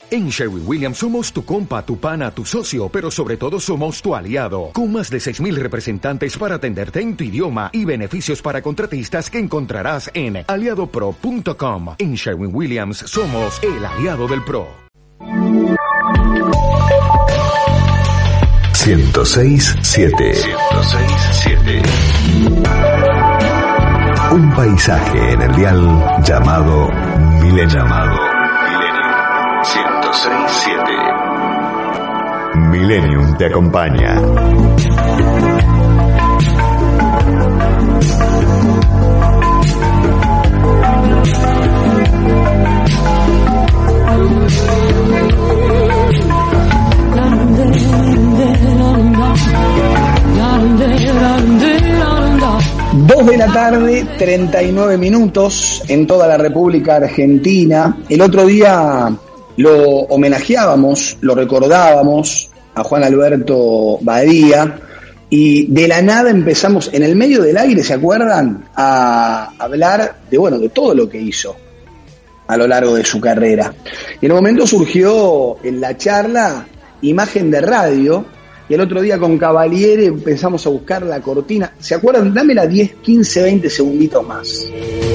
En Sherwin-Williams somos tu compa, tu pana, tu socio, pero sobre todo somos tu aliado, con más de 6,000 representantes para atenderte en tu idioma y beneficios para contratistas que encontrarás en aliadopro.com. En Sherwin-Williams somos el aliado del pro. 106.7. Un paisaje en el dial llamado Milenio. 106.7. Millennium te acompaña. Dos de la tarde, 39 minutos en toda la República Argentina. El otro día lo homenajeábamos, lo recordábamos a Juan Alberto Badía, y de la nada empezamos, en el medio del aire, ¿se acuerdan?, a hablar de todo lo que hizo a lo largo de su carrera. Y en un momento surgió en la charla imagen de radio, y el otro día con Cavaliere empezamos a buscar la cortina. ¿Se acuerdan? Dámela 10, 15, 20 segunditos más.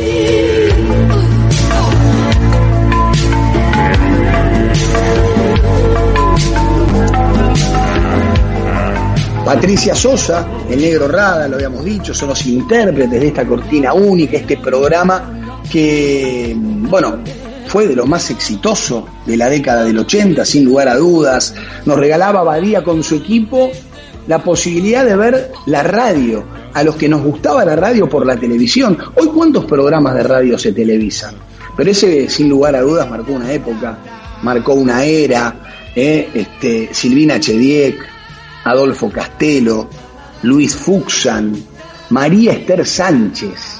Patricia Sosa, el Negro Rada, lo habíamos dicho, son los intérpretes de esta cortina única, este programa que, fue de lo más exitoso de la década del 80, sin lugar a dudas. Nos regalaba Badía con su equipo la posibilidad de ver la radio, a los que nos gustaba la radio por la televisión. Hoy, ¿cuántos programas de radio se televisan? Pero ese, sin lugar a dudas, marcó una época, marcó una era. Silvina Chediek, Adolfo Castelo, Luis Fuxan, María Esther Sánchez,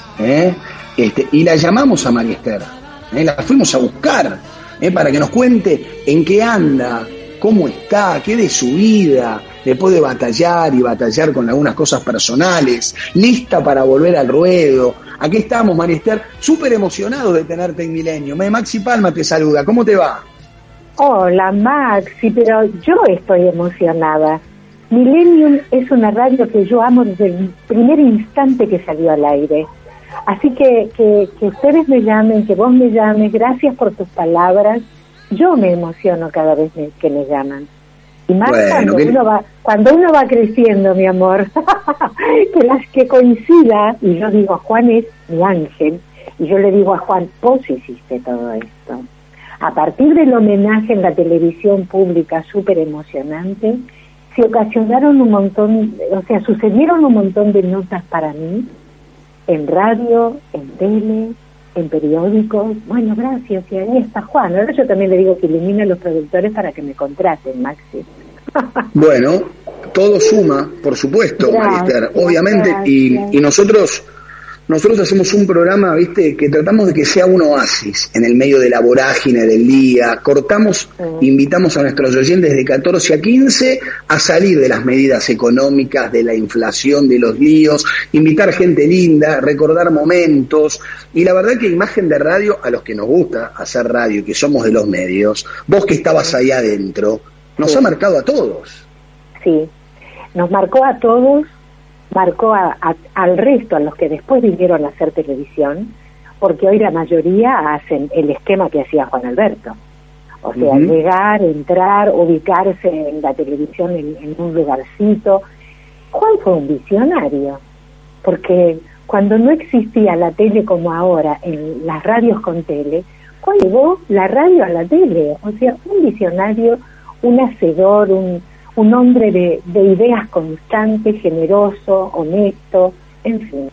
y la llamamos a María Esther, la fuimos a buscar, para que nos cuente en qué anda, cómo está, qué de su vida, después de batallar con algunas cosas personales, lista para volver al ruedo. Aquí estamos, María Esther, súper emocionados de tenerte en Milenio. Maxi Palma te saluda, ¿cómo te va? Hola, Maxi, pero yo estoy emocionada. Millennium es una radio que yo amo desde el primer instante que salió al aire. Así que ustedes me llamen, que vos me llames, gracias por tus palabras. Yo me emociono cada vez que me llaman. Y más cuando uno va creciendo, mi amor, que coincida, y yo digo, Juan es mi ángel, y yo le digo a Juan, vos hiciste todo esto. A partir del homenaje en la televisión pública súper emocionante, se ocasionaron sucedieron un montón de notas para mí, en radio, en tele, en periódicos. Bueno, gracias, y ahí está Juan. Ahora yo también le digo que elimine a los productores para que me contraten, Maxi. Bueno, todo suma, por supuesto, María Esther, obviamente, y nosotros hacemos un programa, que tratamos de que sea un oasis en el medio de la vorágine del día. Invitamos a nuestros oyentes de 14 a 15 a salir de las medidas económicas, de la inflación, de los líos, invitar gente linda, recordar momentos. Y la verdad que imagen de radio, a los que nos gusta hacer radio y que somos de los medios, vos que estabas ahí adentro, nos ha marcado a todos. Sí, nos marcó a todos. Marcó al resto, a los que después vinieron a hacer televisión, porque hoy la mayoría hacen el esquema que hacía Juan Alberto. O sea, llegar, entrar, ubicarse en la televisión en un lugarcito. Juan fue un visionario, porque cuando no existía la tele como ahora, en las radios con tele, Juan llevó la radio a la tele. O sea, un visionario, un hacedor, un hombre de ideas constantes, generoso, honesto, en fin.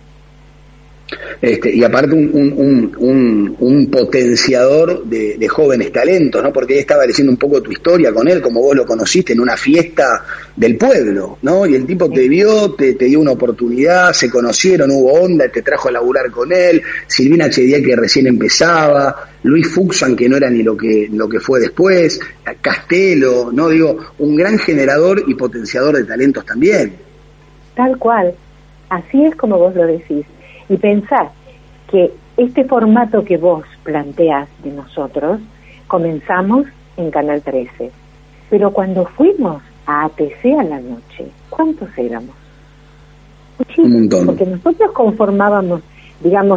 Y aparte un potenciador de jóvenes talentos, ¿no? Porque él estaba leyendo un poco tu historia con él, como vos lo conociste en una fiesta del pueblo, ¿no? Y el tipo te vio, te dio una oportunidad, se conocieron, hubo onda, te trajo a laburar con él, Silvina Chediek, que recién empezaba, Luis Fuxan, que no era ni lo que fue después, Castelo, ¿no? Digo, un gran generador y potenciador de talentos también. Tal cual, así es como vos lo decís. Y pensar que este formato que vos planteás de nosotros, comenzamos en Canal 13. Pero cuando fuimos a ATC a la noche, ¿cuántos éramos? Muchísimos, un montón. porque nosotros conformábamos, digamos,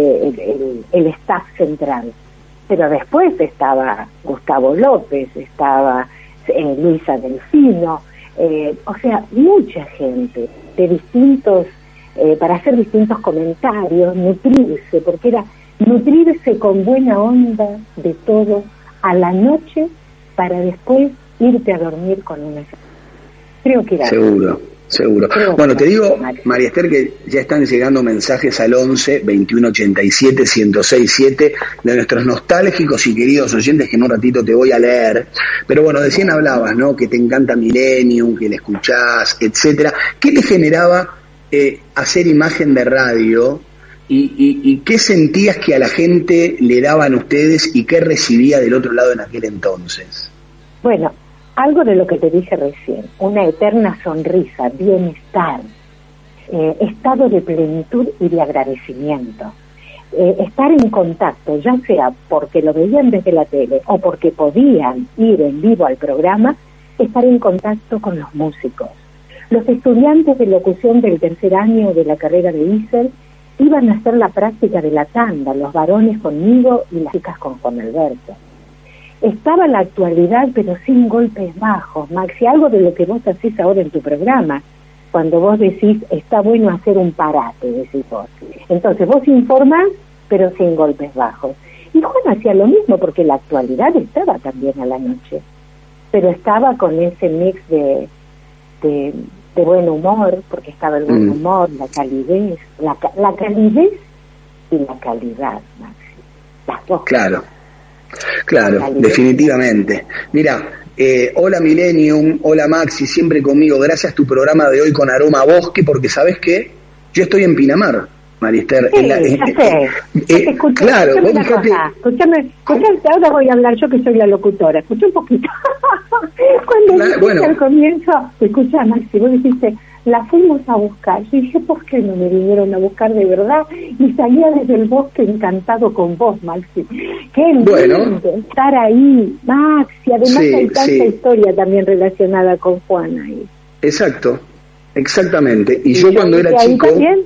el staff central. Pero después estaba Gustavo López, estaba Luisa Delfino, o sea, mucha gente de distintos, para hacer distintos comentarios, nutrirse, porque era nutrirse con buena onda de todo a la noche para después irte a dormir con una... Creo que era... Seguro. Bueno, te digo, María Esther, que ya están llegando mensajes al 11 21 87 1067 de nuestros nostálgicos y queridos oyentes, que en un ratito te voy a leer. Pero bueno, recién hablabas, ¿no? Que te encanta Millennium, que le escuchás, etcétera. ¿Qué te generaba hacer imagen de radio? ¿Y qué sentías que a la gente le daban ustedes y qué recibía del otro lado en aquel entonces? Bueno, algo de lo que te dije recién, una eterna sonrisa, bienestar, estado de plenitud y de agradecimiento. Estar en contacto, ya sea porque lo veían desde la tele o porque podían ir en vivo al programa, estar en contacto con los músicos. Los estudiantes de locución del tercer año de la carrera de ISEL iban a hacer la práctica de la tanda, los varones conmigo y las chicas con Juan Alberto. Estaba la actualidad, pero sin golpes bajos, Maxi, algo de lo que vos hacés ahora en tu programa, cuando vos decís, está bueno hacer un parate, decís vos. Entonces vos informás, pero sin golpes bajos. Y Juan hacía lo mismo, porque la actualidad estaba también a la noche, pero estaba con ese mix de buen humor, porque estaba el buen humor, la calidez, la calidez y la calidad, Maxi. Las dos. Claro, definitivamente. Mira, hola Millennium, hola Maxi, siempre conmigo. Gracias tu programa de hoy con aroma a bosque, porque ¿sabes qué? Yo estoy en Pinamar, María Esther. Sí, ya sé. Claro, vos fijate... Escuchame, ahora voy a hablar yo, que soy la locutora. Escucha un poquito. Cuando dijiste al comienzo, escucha Maxi, vos dijiste, la fuimos a buscar. Yo dije, ¿por qué no me vinieron a buscar de verdad? Y salía desde el bosque encantado con vos, Maxi. Qué lindo estar ahí, Maxi. Además hay tanta historia también relacionada con Juan ahí. Exactamente. Y yo cuando era chico,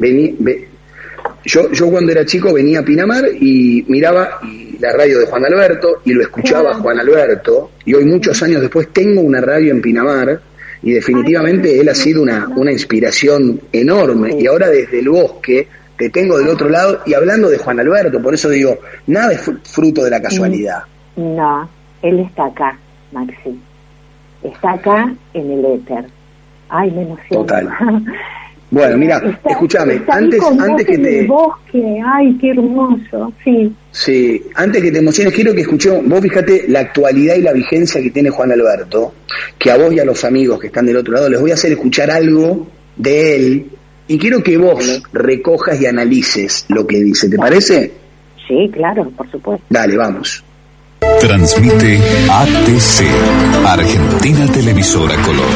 yo cuando era chico venía a Pinamar y miraba la radio de Juan Alberto y lo escuchaba Juan Alberto. Y hoy, muchos años después, tengo una radio en Pinamar. Y definitivamente él ha sido una inspiración enorme. Y ahora desde el bosque te tengo del otro lado. Y hablando de Juan Alberto, por eso digo, nada es fruto de la casualidad. No, él está acá, Maxi. Está acá en el éter. Ay, me emociona. Total. Bueno, mira, escúchame, antes que te... el bosque, ay, qué hermoso, Sí, antes que te emociones, quiero que escuchemos, vos fíjate la actualidad y la vigencia que tiene Juan Alberto, que a vos y a los amigos que están del otro lado les voy a hacer escuchar algo de él, y quiero que vos recojas y analices lo que dice, ¿te parece? Sí, claro, por supuesto. Dale, vamos. Transmite ATC, Argentina Televisora Color,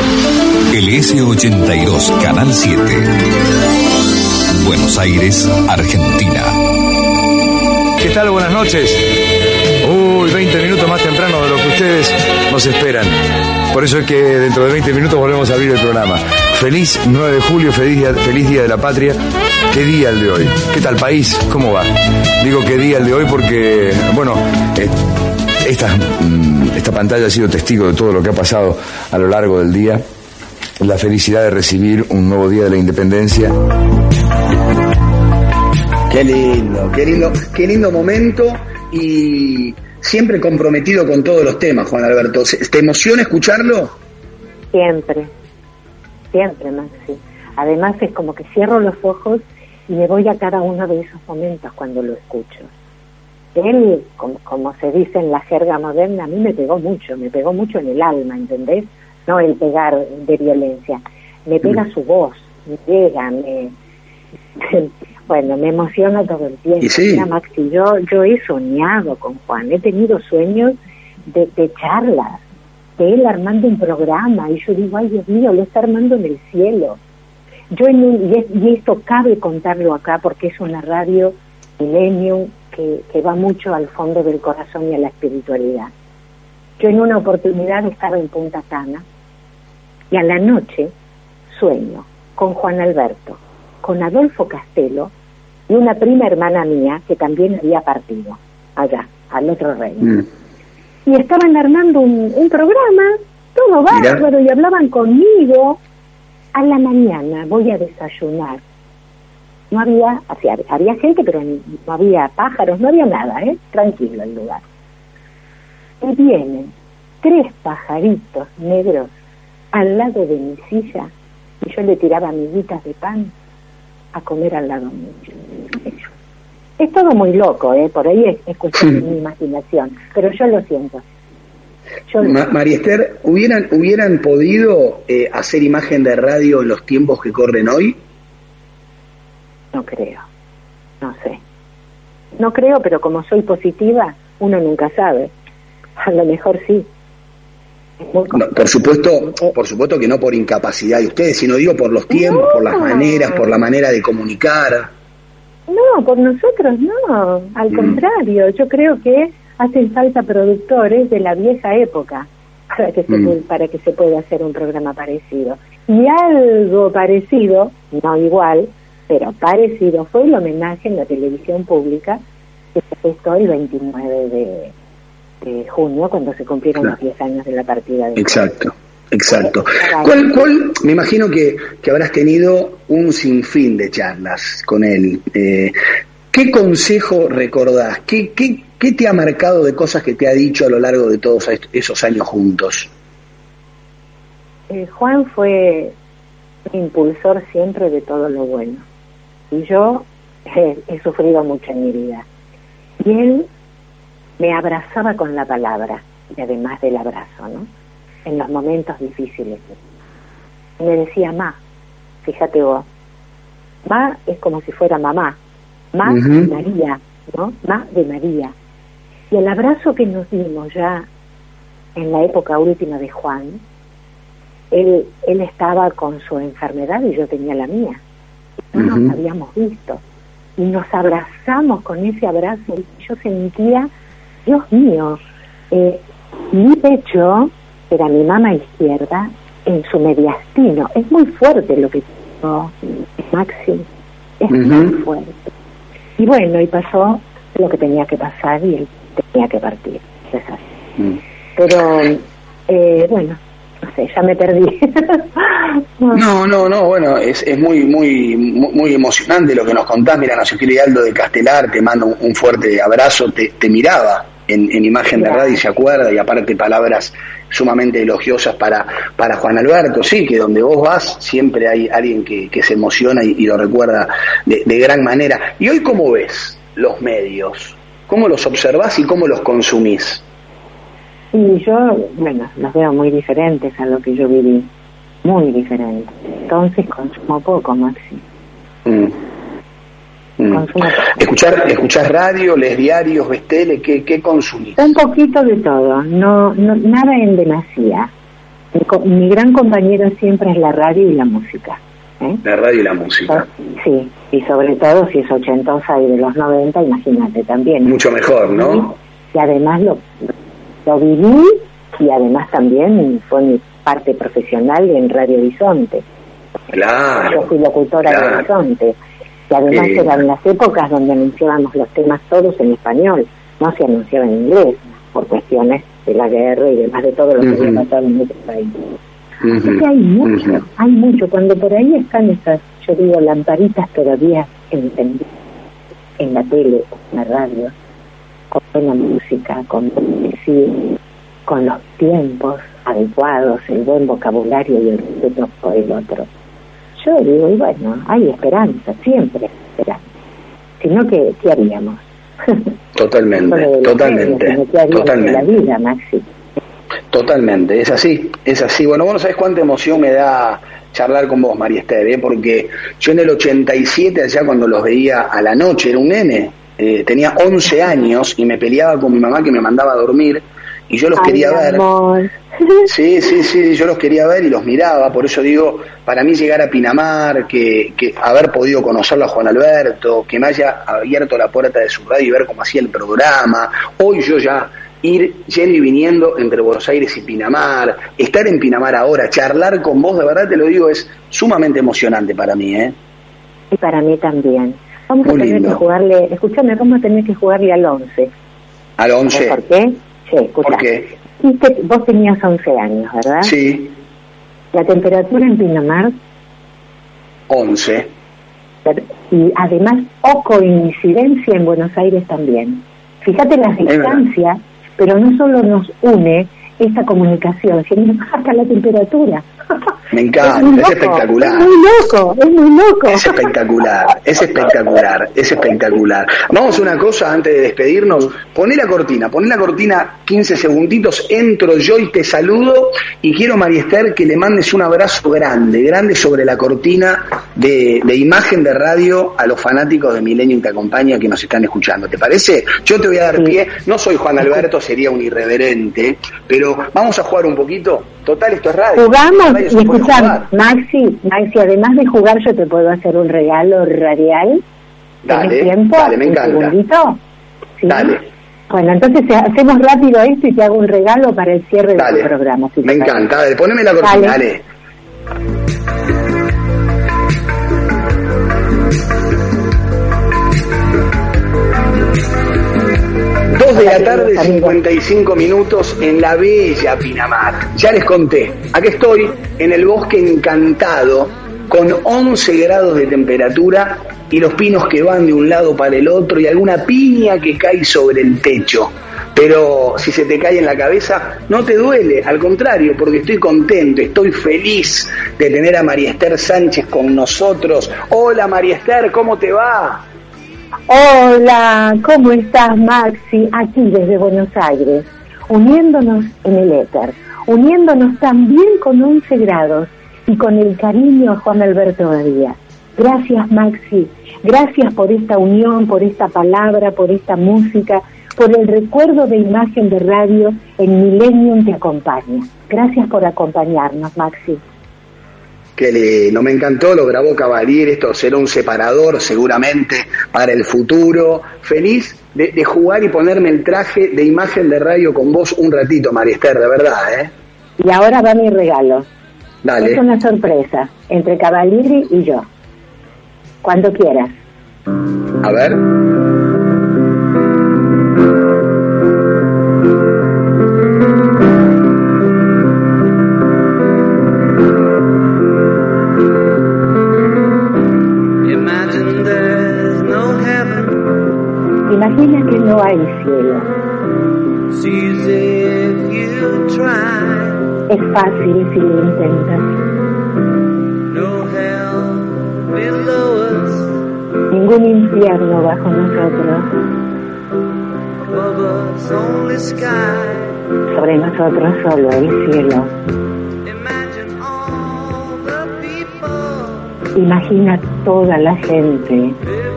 LS82, Canal 7, Buenos Aires, Argentina. ¿Qué tal? Buenas noches. 20 minutos más temprano de lo que ustedes nos esperan. Por eso es que dentro de 20 minutos volvemos a abrir el programa. Feliz 9 de julio, feliz Día de la Patria. ¿Qué día el de hoy? ¿Qué tal país? ¿Cómo va? Digo qué día el de hoy porque, bueno, esta pantalla ha sido testigo de todo lo que ha pasado a lo largo del día. La felicidad de recibir un nuevo día de la independencia. Qué lindo momento, y siempre comprometido con todos los temas, Juan Alberto. ¿Te emociona escucharlo? Siempre, Maxi. Además es como que cierro los ojos y me voy a cada uno de esos momentos cuando lo escucho. Él, como se dice en la jerga moderna, a mí me pegó mucho en el alma, ¿entendés? No el pegar de violencia, me pega su voz, me pega, bueno, me emociona todo el tiempo. Mira, Maxi, yo he soñado con Juan, he tenido sueños de charlas, de él armando un programa, y yo digo, ay Dios mío, lo está armando en el cielo. Y esto cabe contarlo acá porque es una radio Millennium que va mucho al fondo del corazón y a la espiritualidad. Yo en una oportunidad estaba en Punta Cana y a la noche sueño con Juan Alberto, con Adolfo Castelo y una prima hermana mía que también había partido allá, al otro reino. Y estaban armando un programa, todo bárbaro, y hablaban conmigo. A la mañana voy a desayunar. No había gente, pero no había pájaros, no había nada, tranquilo el lugar. Y vienen 3 pajaritos negros al lado de mi silla y yo le tiraba miguitas de pan a comer al lado mío. Es todo muy loco, por ahí es cuestión de mi imaginación, pero yo lo siento. María Esther, ¿hubieran podido hacer imagen de radio en los tiempos que corren hoy? No creo, no sé. No creo, pero como soy positiva, uno nunca sabe. A lo mejor sí. No, por supuesto que no por incapacidad de ustedes, sino digo por los tiempos, por las maneras, por la manera de comunicar. No, por nosotros no, al contrario, yo creo que hacen falta productores de la vieja época para que se pueda hacer un programa parecido. Y algo parecido, no igual, pero parecido, fue el homenaje en la televisión pública que se gestó el 29 de junio, cuando se cumplieron los 10 años de la partida de... Exacto. ¿Cuál? Me imagino que habrás tenido un sinfín de charlas con él. ¿Qué consejo recordás? ¿Qué te ha marcado de cosas que te ha dicho a lo largo de todos esos años juntos? Juan fue un impulsor siempre de todo lo bueno. Y yo he sufrido mucho en mi vida. Y él me abrazaba con la palabra, y además del abrazo, ¿no? En los momentos difíciles. Y me decía, Ma, fíjate vos, Ma es como si fuera mamá, Ma de María, ¿no? Ma de María. Y el abrazo que nos dimos ya en la época última de Juan, él estaba con su enfermedad y yo tenía la mía. No nos habíamos visto. Y nos abrazamos con ese abrazo. Y yo sentía, Dios mío, mi pecho era mi mama izquierda en su mediastino. Es muy fuerte lo que dijo Maxi. Es muy fuerte. Y bueno, y pasó lo que tenía que pasar y él tenía que partir. Es así. Pero, bueno, no sé, ya me perdí. No, bueno, es muy emocionante lo que nos contás. Mira, no sé qué, Aldo de Castelar, te mando un fuerte abrazo, te miraba en imagen de radio y se acuerda, y aparte palabras sumamente elogiosas para Juan Alberto. Sí, que donde vos vas siempre hay alguien que se emociona y lo recuerda de gran manera. ¿Y hoy cómo ves los medios? ¿Cómo los observás y cómo los consumís? Y yo, bueno, los veo muy diferentes a lo que yo viví, muy diferentes. Entonces consumo poco, Maxi. Consumo poco. ¿Escuchás radio, lees diarios, ves tele? ¿Qué consumís? Un poquito de todo, no nada en demasía. Mi gran compañero siempre es la radio y la música. La radio y la música. Sí, y sobre todo si es ochentosa y de los 90, imagínate también. Mucho mejor, ¿no? Y además lo viví, y además también fue mi parte profesional en Radio Horizonte. Claro. Yo fui locutora de Horizonte. Y además eran las épocas donde anunciábamos los temas todos en español, no se anunciaba en inglés, por cuestiones de la guerra y demás, de todo lo que había pasado en nuestro país. Así que hay mucho. Cuando por ahí están esas, yo digo, lamparitas todavía encendidas en la tele, en la radio, con buena música, con los tiempos adecuados, el buen vocabulario y el respeto por el otro. Yo digo, y bueno, hay esperanza, siempre hay esperanza. Si no, ¿qué haríamos? Totalmente. La vida, Maxi. Totalmente, es así. Bueno, vos no sabés cuánta emoción me da charlar con vos, María Esther, porque yo en el 87, allá cuando los veía a la noche, era un nene, tenía 11 años y me peleaba con mi mamá que me mandaba a dormir y yo los quería ver. Amor. Sí, yo los quería ver y los miraba, por eso digo, para mí llegar a Pinamar, que haber podido conocerlo a Juan Alberto, que me haya abierto la puerta de su radio y ver cómo hacía el programa. Hoy yo ya ir yendo y viniendo entre Buenos Aires y Pinamar, estar en Pinamar ahora, charlar con vos, de verdad te lo digo, es sumamente emocionante para mí, ¿eh? Y para mí también. Vamos Muy a tener lindo. que jugarle, escúchame, vamos a tener que jugarle al 11. ¿Al 11? ¿Por qué? Sí, escucha. ¿Por qué? Vos tenías 11 años, ¿verdad? Sí, La temperatura en Pinamar, 11. y además, o coincidencia, en Buenos Aires también. Fíjate las distancias, pero no solo nos une esta comunicación, sino hasta la temperatura. Me encanta, es espectacular. Es muy loco, es muy loco. Es espectacular, es espectacular, es espectacular. Vamos a una cosa antes de despedirnos. Poné la cortina 15 segunditos, entro yo y te saludo. Y quiero, María Esther, que le mandes un abrazo grande sobre la cortina de imagen de radio a los fanáticos de Millennium Te Acompaña que nos están escuchando. ¿Te parece? Yo te voy a dar pie. No soy Juan Alberto, sería un irreverente, pero vamos a jugar un poquito. Total, esto es radio. Jugamos, Radio y se puede escuchame, jugar. Maxi, además de jugar, yo te puedo hacer un regalo radial. Dale, ¿Tienes tiempo? dale, me encanta. ¿Un segundito? ¿Sí? Dale. Bueno, entonces hacemos rápido esto y te hago un regalo para el cierre Dale. del programa. Si Me te parece. encanta. Dale, poneme la cortina, dale. Dos de la tarde, 55 minutos en la bella Pinamar. Ya les conté, aquí estoy en el bosque encantado con 11 grados de temperatura y los pinos que van de un lado para el otro y alguna piña que cae sobre el techo. Pero si se te cae en la cabeza, no te duele, al contrario, porque estoy contento, estoy feliz de tener a María Esther Sánchez con nosotros. Hola María Esther, ¿cómo te va? Hola, ¿cómo estás, Maxi? Aquí desde Buenos Aires, uniéndonos en el éter, uniéndonos también con 11 grados y con el cariño a Juan Alberto Badía. Gracias, Maxi, gracias por esta unión, por esta palabra, por esta música, por el recuerdo de imagen de radio en Millennium Te Acompaña. Gracias por acompañarnos, Maxi. Que no me encantó, lo grabó Cavalier, esto será un separador seguramente para el futuro. Feliz de jugar y ponerme el traje de imagen de radio con vos un ratito, María Esther, de verdad, ¿eh? Y ahora va mi regalo. Dale. Es una sorpresa entre Cavalieri y yo. Cuando quieras. A ver. Imagina que no hay cielo. Es fácil si lo intentas. Ningún infierno bajo nosotros. Sobre nosotros solo el cielo. Imagina toda la gente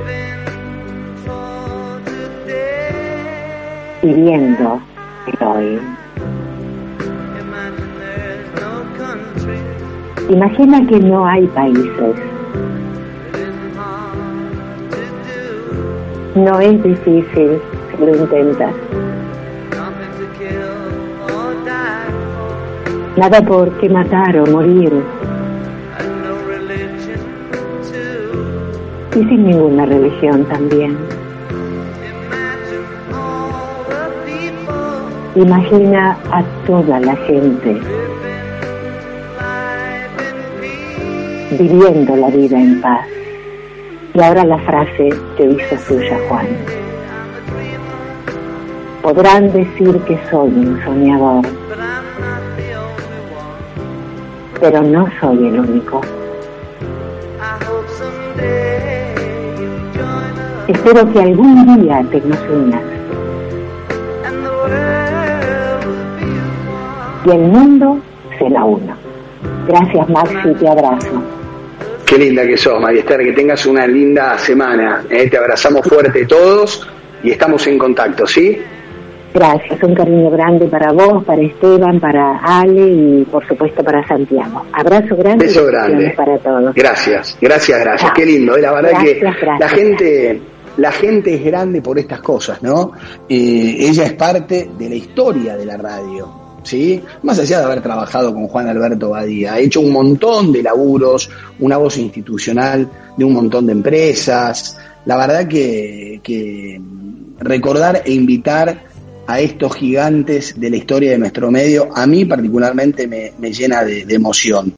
viviendo el hoy. Imagina que no hay países. No es difícil si lo intentas. Nada por qué matar o morir. Y sin ninguna religión también. Imagina a toda la gente viviendo la vida en paz. Y ahora la frase te hizo suya, Juan. Podrán decir que soy un soñador, pero no soy el único. Espero que algún día te nos unas y el mundo será uno. Gracias, Maxi, te abrazo. Qué linda que sos, María Esther, que tengas una linda semana. Te abrazamos fuerte todos y estamos en contacto, ¿sí? Gracias, un cariño grande para vos, para Esteban, para Ale y por supuesto para Santiago. Abrazo grande. Beso grande para todos. Gracias. Chao. Qué lindo, la verdad Gracias, que gracias. la gente la gente es grande por estas cosas, ¿no? Ella es parte de la historia de la radio, ¿sí? Más allá de haber trabajado con Juan Alberto Badía, ha hecho un montón de laburos, una voz institucional de un montón de empresas. La verdad que recordar e invitar a estos gigantes de la historia de nuestro medio, a mí particularmente me llena de emoción.